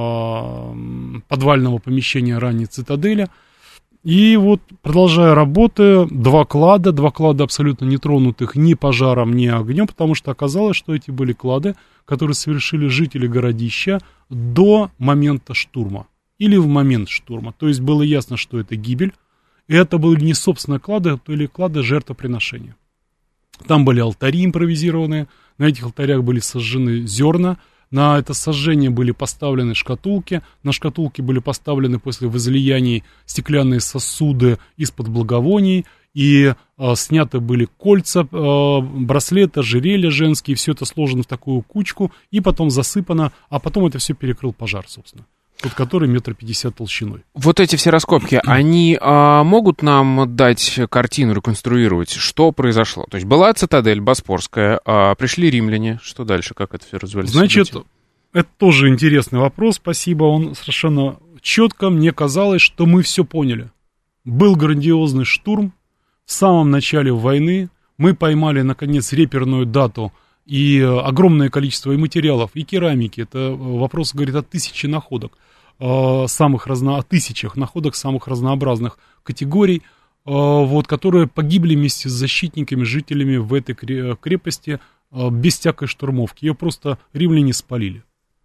[SPEAKER 3] подвального помещения ранней цитадели. И продолжая работы, 2 клада абсолютно не тронутых ни пожаром, ни огнем, потому что оказалось, что эти были клады, которые совершили жители городища до момента штурма или в момент штурма. То есть было ясно, что это гибель, и это были не собственно клады, то ли клады жертвоприношения. Там были алтари импровизированные, на этих алтарях были сожжены зерна, на это сожжение были поставлены шкатулки, на шкатулки были поставлены после возлияний стеклянные сосуды из-под благовоний, и сняты были кольца, браслеты, ожерелья женские, все это сложено в такую кучку, и потом засыпано, а потом это все перекрыл пожар, собственно. тот, который 1,50 м толщиной.
[SPEAKER 2] Вот эти все раскопки, они могут нам дать картину, реконструировать, что произошло? То есть была цитадель Боспорская, пришли римляне, что дальше, как это все развивалось?
[SPEAKER 3] Значит, это тоже интересный вопрос, спасибо, он совершенно четко, мне казалось, что мы все поняли. Был грандиозный штурм, в самом начале войны мы поймали, наконец, реперную дату и огромное количество и материалов, и керамики, это вопрос, говорит, о 1000 находок. О тысячах находок самых разнообразных категорий, вот, которые погибли вместе с защитниками, жителями в этой крепости без всякой штурмовки. Ее просто римляне спалили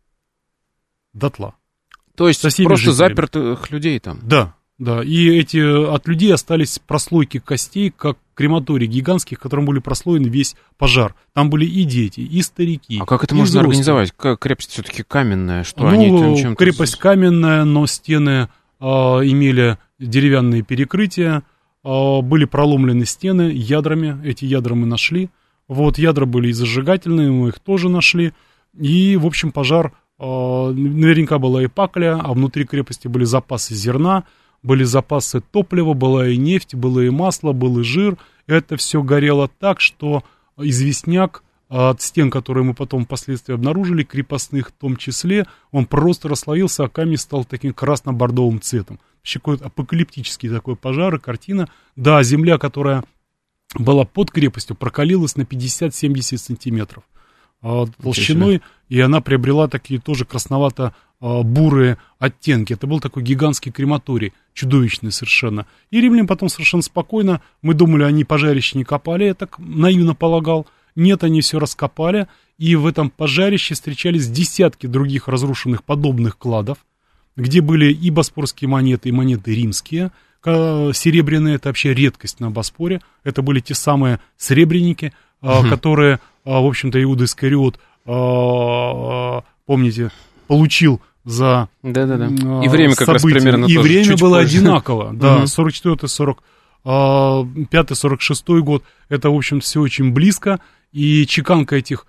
[SPEAKER 3] дотла.
[SPEAKER 2] То есть просто жителями. Запертых людей там? Да. И от людей остались прослойки костей, как крематорий гигантских, в котором были прослоены весь пожар. Там были и дети, и старики. А как это можно организовать? Крепость все-таки каменная, что они чем-то... Крепость каменная, но стены имели деревянные перекрытия, были проломлены стены ядрами, эти ядра мы нашли. Вот, ядра были и зажигательные, мы их тоже нашли. И, в общем, пожар, наверняка была и пакля, а внутри крепости были запасы зерна, были запасы топлива, была и нефть, было и масло, был и жир. Это все горело так, что известняк от стен, которые мы потом впоследствии обнаружили, крепостных в том числе, он просто расслоился, а камень стал таким красно-бордовым цветом. Вообще какой-то апокалиптический такой пожар и картина. Да, земля, которая была под крепостью, прокалилась на 50-70 сантиметров толщиной, и она приобрела такие тоже красновато-бурые оттенки. Это был такой гигантский крематорий, чудовищный совершенно. И римляне потом совершенно спокойно, мы думали, они пожарище не копали, я так наивно полагал. Нет, они все раскопали, и в этом пожарище встречались десятки других разрушенных подобных кладов, где были и боспорские монеты, и монеты римские, серебряные, это вообще редкость на Боспоре, это были те самые сребреники, которые, в общем-то, Иуда Искариот, помните, получил за И время как события. Раз примерно
[SPEAKER 3] и
[SPEAKER 2] тоже
[SPEAKER 3] время
[SPEAKER 2] чуть
[SPEAKER 3] было
[SPEAKER 2] позже.
[SPEAKER 3] одинаково, да, 44-й, 45-й, 46-й год, это, в общем, все очень близко, и чеканка этих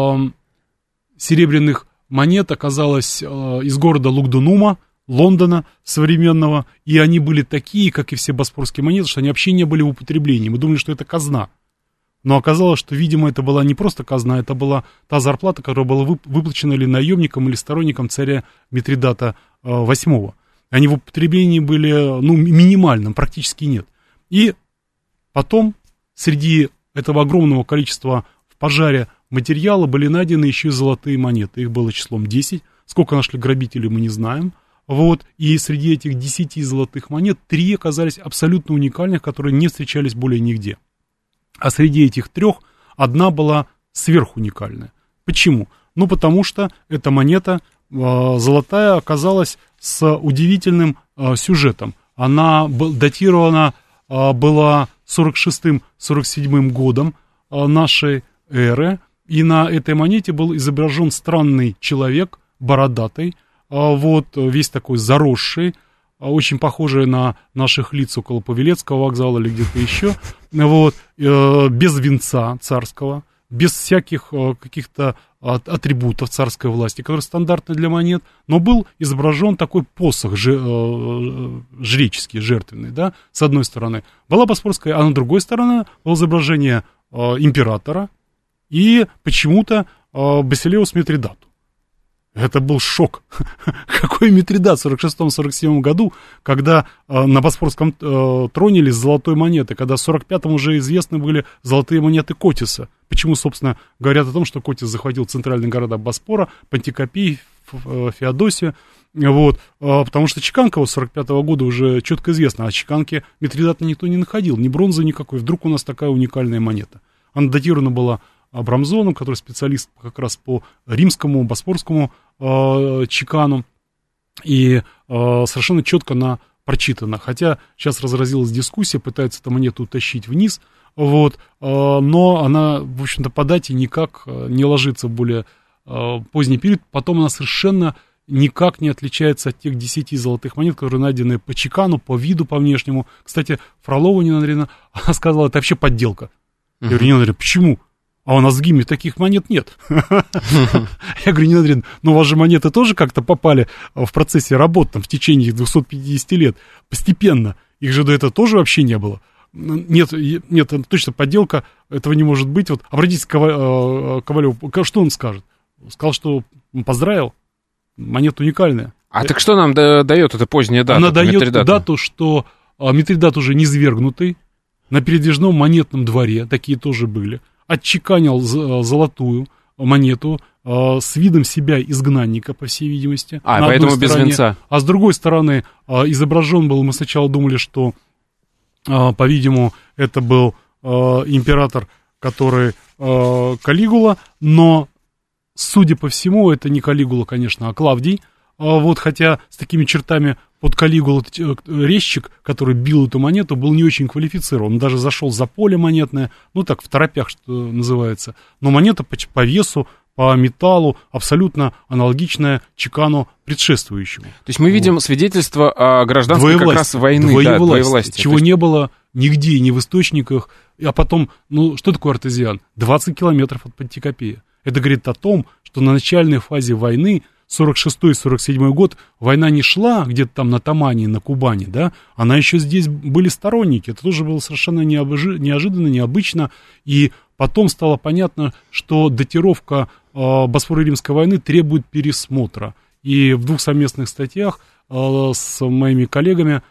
[SPEAKER 3] серебряных монет оказалась из города Лугдунума, Лондона современного, и они были такие, как и все боспорские монеты, что они вообще не были в употреблении. Мы думали, что это казна. Но оказалось, что, видимо, это была не просто казна, это была та зарплата, которая была выплачена или наемникам, или сторонникам царя Митридата VIII. Они в употреблении были, минимальным, практически нет. И потом среди этого огромного количества в пожаре материала были найдены еще и золотые монеты. Их было числом 10. Сколько нашли грабителей, мы не знаем. Вот. И среди этих 10 золотых монет 3 оказались абсолютно уникальных, которые не встречались более нигде. А среди этих 3 одна была сверхуникальная. Почему? Потому что эта монета золотая оказалась с удивительным сюжетом. Она датирована была 46-47 годом нашей эры, и на этой монете был изображен странный человек, бородатый, вот, весь такой заросший, очень похожий на наших лиц около Павелецкого вокзала или где-то еще, вот, без венца царского, без всяких каких-то атрибутов царской власти, которые стандартны для монет, но был изображен такой посох жреческий, жертвенный, да, с одной стороны. Была Боспорская, а на другой стороне было изображение императора и почему-то Басилевс Митридату. Это был шок. Какой Митридат в 46-47 году, когда на Боспорском троне с золотой монеты, когда в 45-м уже известны были золотые монеты Котиса. Почему, собственно, говорят о том, что Котис захватил центральные города Боспора, Пантикопей, Феодосию, вот, потому что чеканка вот 45-го года уже четко известна, а чеканки Митридата никто не находил, ни бронзы никакой, вдруг у нас такая уникальная монета. Она датирована была Абрамзоном, который специалист как раз по римскому, боспорскому чекану, и совершенно четко прочитана. Хотя сейчас разразилась дискуссия, пытаются эту монету утащить вниз, вот, но она, в общем-то, по дате никак не ложится в более поздний период, потом она совершенно никак не отличается от тех 10 золотых монет, которые найдены по чекану, по виду, по внешнему. Кстати, Фролова Нина Андреевна, она сказала, это вообще подделка. Я говорю, Нина Андреевна, почему? А у нас в ГИМе таких монет нет. Я говорю, Нина, но у вас же монеты тоже как-то попали в процессе работ там, в течение 250 лет постепенно. Их же до этого тоже вообще не было. Нет, это точно подделка, этого не может быть. Вот обратитесь к Ковалеву, что он скажет? Сказал, что поздравил, монета уникальная.
[SPEAKER 2] А так что нам дает эта поздняя дата?
[SPEAKER 3] Она дает дату, что Митридат уже низвергнутый, на передвижном монетном дворе, такие тоже были, отчеканил золотую монету с видом себя изгнанника, по всей видимости.
[SPEAKER 2] Поэтому без венца.
[SPEAKER 3] А с другой стороны, изображен был, мы сначала думали, что, по-видимому, это был император, который Калигула, но, судя по всему, это не Калигула, конечно, а Клавдий. Вот, хотя с такими чертами под Калигулу резчик, который бил эту монету, был не очень квалифицирован. Он даже зашел за поле монетное, ну так, в торопях, что называется. Но монета по весу, по металлу абсолютно аналогичная чекану предшествующему.
[SPEAKER 2] То есть мы видим свидетельство о гражданской как раз войны.
[SPEAKER 3] Двоевластия, чего не было нигде, ни в источниках. А потом, что такое артезиан? 20 километров от Пантикопея. Это говорит о том, что на начальной фазе войны 46-47 год война не шла где-то там на Тамане, на Кубани, да, она еще здесь были сторонники, это тоже было совершенно неожиданно, необычно, и потом стало понятно, что датировка Босфоро-Римской войны требует пересмотра, и в 2 совместных статьях с моими коллегами,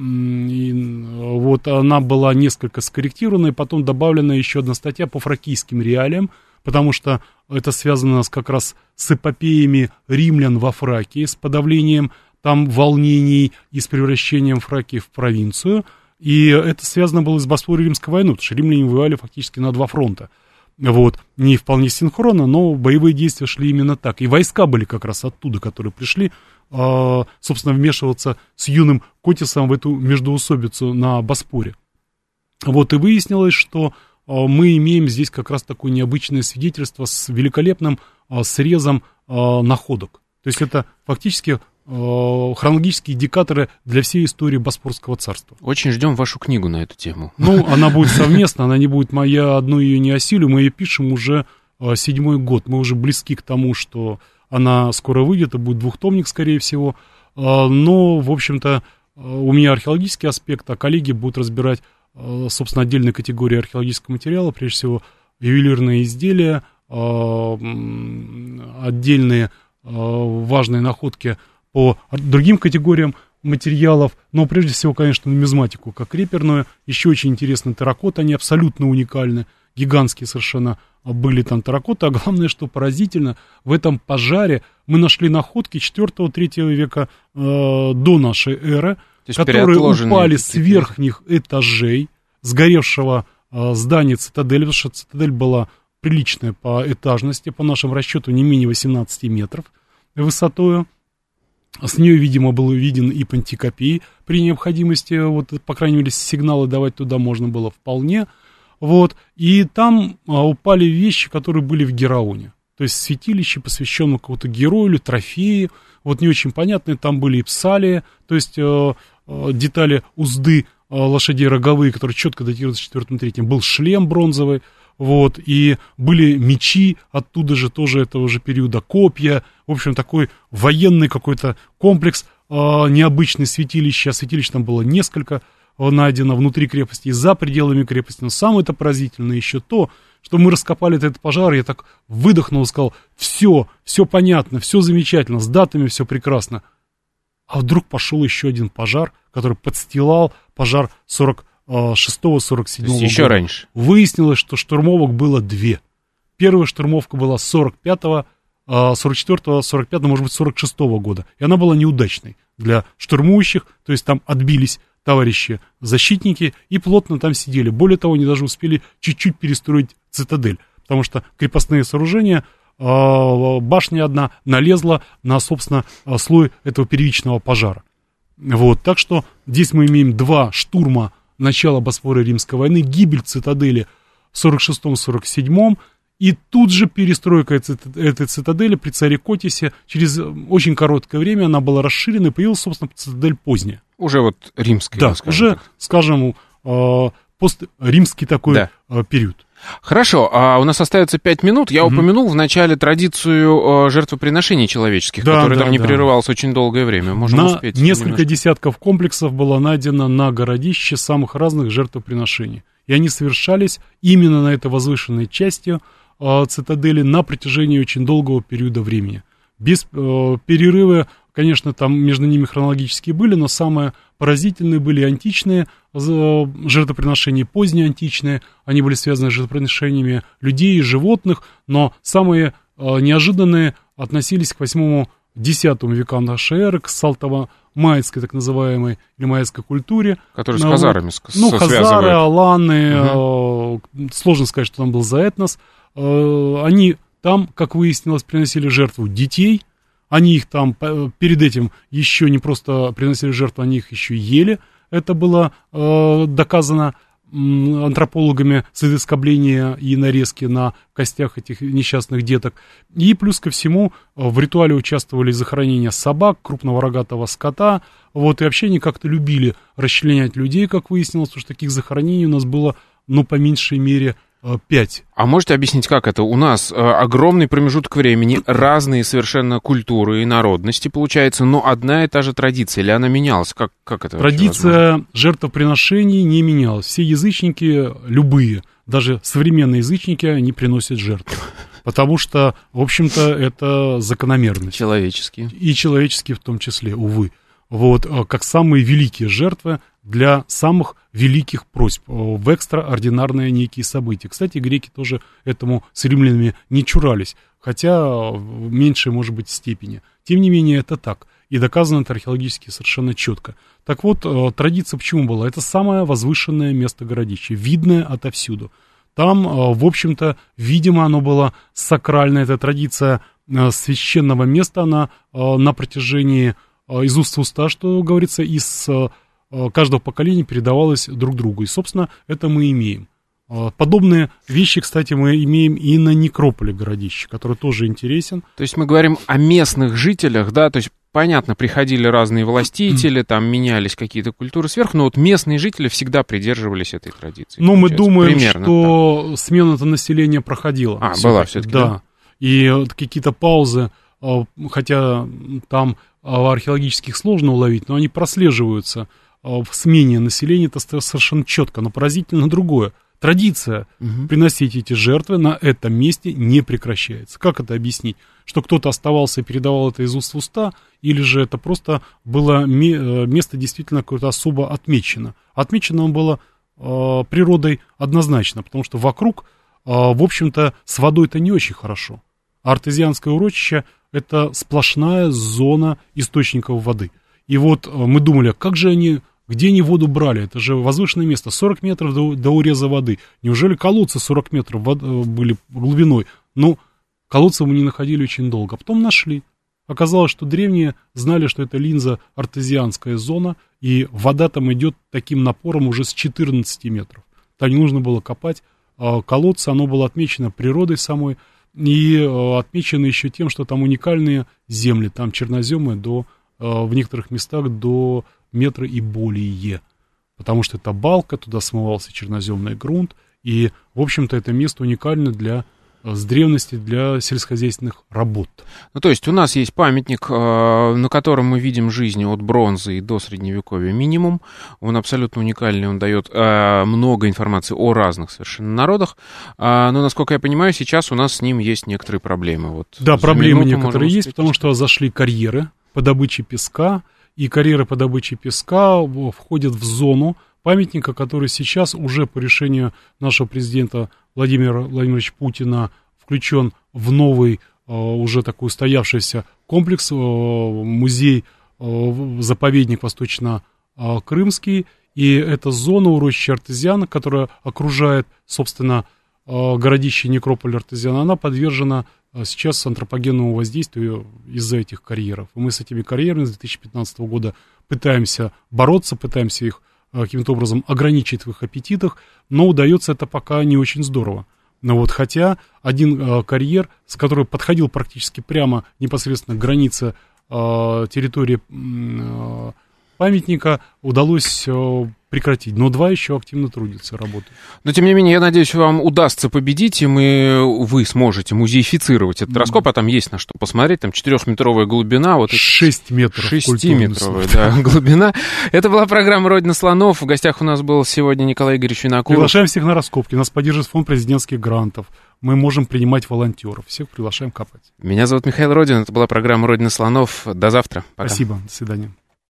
[SPEAKER 3] вот она была несколько скорректирована, и потом добавлена еще одна статья по фракийским реалиям, потому что это связано как раз с эпопеями римлян во Фракии, с подавлением там волнений и с превращением Фракии в провинцию. И это связано было с Босфоро-Римской войной, потому что римляне воевали фактически на 2 фронта. Вот. Не вполне синхронно, но боевые действия шли именно так. И войска были как раз оттуда, которые пришли, собственно, вмешиваться с юным Котисом в эту междоусобицу на Боспоре. Вот, и выяснилось, что мы имеем здесь как раз такое необычное свидетельство с великолепным срезом находок. То есть это фактически хронологические индикаторы для всей истории Боспорского царства.
[SPEAKER 2] Очень ждем вашу книгу на эту тему.
[SPEAKER 3] Она будет совместно, она не будет моя, одну ее не осилю, мы ее пишем уже 7-й год. Мы уже близки к тому, что она скоро выйдет, это будет 2-томник, скорее всего. Но, в общем-то, у меня археологический аспект, а коллеги будут разбирать, собственно, отдельные категории археологического материала, прежде всего, ювелирные изделия, отдельные важные находки по другим категориям материалов, но прежде всего, конечно, нумизматику, как реперную. Еще очень интересный терракот, они абсолютно уникальны, гигантские совершенно были там терракоты, а главное, что поразительно, в этом пожаре мы нашли находки 4-3 века до нашей эры, которые упали с верхних этажей сгоревшего здания цитадели, потому что цитадель была приличная по этажности, по нашим расчетам не менее 18 метров высотою. С нее, видимо, был виден и Пантикопей при необходимости, вот, по крайней мере, сигналы давать туда можно было вполне. Вот, и там упали вещи, которые были в Гераоне. То есть святилище, посвященное какому-то герою или трофею. Вот не очень понятные, там были и псалии, то есть детали узды лошадей роговые, которые четко датируются 4-3. Был шлем бронзовый, вот, и были мечи оттуда же, тоже этого же периода, копья. В общем, такой военный какой-то комплекс, необычное святилище. А святилищ там было несколько найдено внутри крепости и за пределами крепости. Но самое-то поразительное еще то, что мы раскопали этот пожар, я так выдохнул и сказал, все понятно, все замечательно, с датами все прекрасно. А вдруг пошел еще один пожар, который подстилал пожар 46-47 года.
[SPEAKER 2] Еще раньше.
[SPEAKER 3] Выяснилось, что штурмовок было 2. Первая штурмовка была 45-го, 44-го, 45-го, может быть, 46-го года. И она была неудачной для штурмующих, то есть там отбились товарищи защитники и плотно там сидели. Более того, они даже успели чуть-чуть перестроить цитадель, потому что крепостные сооружения, башня одна налезла на, собственно, слой этого первичного пожара. Вот, так что здесь мы имеем 2 штурма начала Босфоро-Римской войны, гибель цитадели в 46-47, и тут же перестройка этой цитадели при царе Котисе. Через очень короткое время она была расширена, и появилась, собственно, цитадель поздняя.
[SPEAKER 2] Уже вот римская.
[SPEAKER 3] Да, уже, скажем, постримский такой период.
[SPEAKER 2] Хорошо, у нас остается 5 минут. Я упомянул в начале традицию жертвоприношений человеческих, которая там не прерывалась очень долгое время. Можем успеть.
[SPEAKER 3] Несколько десятков комплексов было найдено на городище самых разных жертвоприношений. И они совершались именно на этой возвышенной части цитадели на протяжении очень долгого периода времени. Без перерыва, конечно, там между ними хронологические были, но самые поразительные были античные жертвоприношения, поздние античные. Они были связаны с жертвоприношениями людей и животных, но самые неожиданные относились к 8-10 векам нашей эры, к салтово-майской, так называемой, или майской культуре.
[SPEAKER 2] Которые с хазарами
[SPEAKER 3] хазары, аланы, сложно сказать, что там был за этнос. Они там, как выяснилось, приносили жертву детей. Они их там перед этим еще не просто приносили жертву, они их еще ели. Это было доказано антропологами следы скобления и нарезки на костях этих несчастных деток. И плюс ко всему в ритуале участвовали захоронения собак, крупного рогатого скота. Вот, и вообще они как-то любили расчленять людей, как выяснилось, потому что таких захоронений у нас было, по меньшей мере, 5.
[SPEAKER 2] А можете объяснить, как это? У нас огромный промежуток времени, разные совершенно культуры и народности, получается, но одна и та же традиция, или она менялась? Как это?
[SPEAKER 3] Традиция жертвоприношений не менялась. Все язычники, любые, даже современные язычники, они приносят жертву. Потому что, в общем-то, это закономерность.
[SPEAKER 2] Человеческие.
[SPEAKER 3] И человеческие в том числе, увы. Вот, как самые великие жертвы для самых великих просьб в экстраординарные некие события. Кстати, греки тоже этому с римлянами не чурались, хотя в меньшей, может быть, степени. Тем не менее, это так. И доказано это археологически совершенно четко. Так вот, традиция почему была? Это самое возвышенное место городища, видное отовсюду. Там, в общем-то, видимо, оно было сакральное. Эта традиция священного места, она на протяжении из уст в уста, что говорится, из каждого поколения передавалось друг другу. И, собственно, это мы имеем. Подобные вещи, кстати, мы имеем и на некрополе городища, который тоже интересен.
[SPEAKER 2] То есть мы говорим о местных жителях, да, то есть, понятно, приходили разные властители, там менялись какие-то культуры сверху, но вот местные жители всегда придерживались этой традиции.
[SPEAKER 3] Ну, мы думаем, примерно что так. Смена-то населения проходила.
[SPEAKER 2] Была все-таки,
[SPEAKER 3] да. И какие-то паузы, хотя там археологических сложно уловить, но они прослеживаются в смене населения, это совершенно четко, но поразительно другое. Традиция приносить эти жертвы на этом месте не прекращается. Как это объяснить? Что кто-то оставался и передавал это из уст в уста, или же это просто было место действительно какое-то особо отмечено? Отмечено было природой однозначно, потому что вокруг, в общем-то, с водой-то не очень хорошо. А артезианское урочище — это сплошная зона источников воды. И вот мы думали, как же они... Где они воду брали? Это же возвышенное место, 40 метров до уреза воды. Неужели колодцы 40 метров были глубиной? Ну, колодцы мы не находили очень долго, а потом нашли. Оказалось, что древние знали, что это линза артезианская зона, и вода там идет таким напором уже с 14 метров. Там не нужно было копать колодцы, оно было отмечено природой самой, и отмечено еще тем, что там уникальные земли, там черноземы в некоторых местах до метра и более, потому что это балка, туда смывался черноземный грунт, и, в общем-то, это место уникально с древности для сельскохозяйственных работ.
[SPEAKER 2] Ну, то есть у нас есть памятник, на котором мы видим жизнь от бронзы и до средневековья минимум. Он абсолютно уникальный, он дает много информации о разных совершенно народах. Но, насколько я понимаю, сейчас у нас с ним есть некоторые проблемы. Вот
[SPEAKER 3] да, проблемы некоторые есть, потому что зашли карьеры по добыче песка, и карьеры по добыче песка входят в зону памятника, который сейчас уже по решению нашего президента Владимира Владимировича Путина включен в новый, уже такой устоявшийся комплекс, музей-заповедник Восточно-Крымский. И эта зона урочища Артезиана, которая окружает, собственно, городище некрополь Артезиана, она подвержена сейчас антропогенному воздействию из-за этих карьеров. И мы с этими карьерами с 2015 года пытаемся бороться, пытаемся их каким-то образом ограничить в их аппетитах, но удается это пока не очень здорово. Но вот хотя один карьер, с которой подходил практически прямо непосредственно к границе территории памятника удалось прекратить. Но 2 еще активно трудятся, работают.
[SPEAKER 2] Но, тем не менее, я надеюсь, вам удастся победить, и вы сможете музеифицировать этот раскоп, а там есть на что посмотреть. Там 4-метровая глубина.
[SPEAKER 3] 6 метров.
[SPEAKER 2] 6-метровая, да, глубина. Это была программа «Родина слонов». В гостях у нас был сегодня Николай Игоревич Винокуров.
[SPEAKER 3] Приглашаем всех на раскопки. Нас поддерживает фонд президентских грантов. Мы можем принимать волонтеров. Всех приглашаем копать.
[SPEAKER 2] Меня зовут Михаил Родин. Это была программа «Родина слонов». До завтра. Пока.
[SPEAKER 3] Спасибо. До свидания.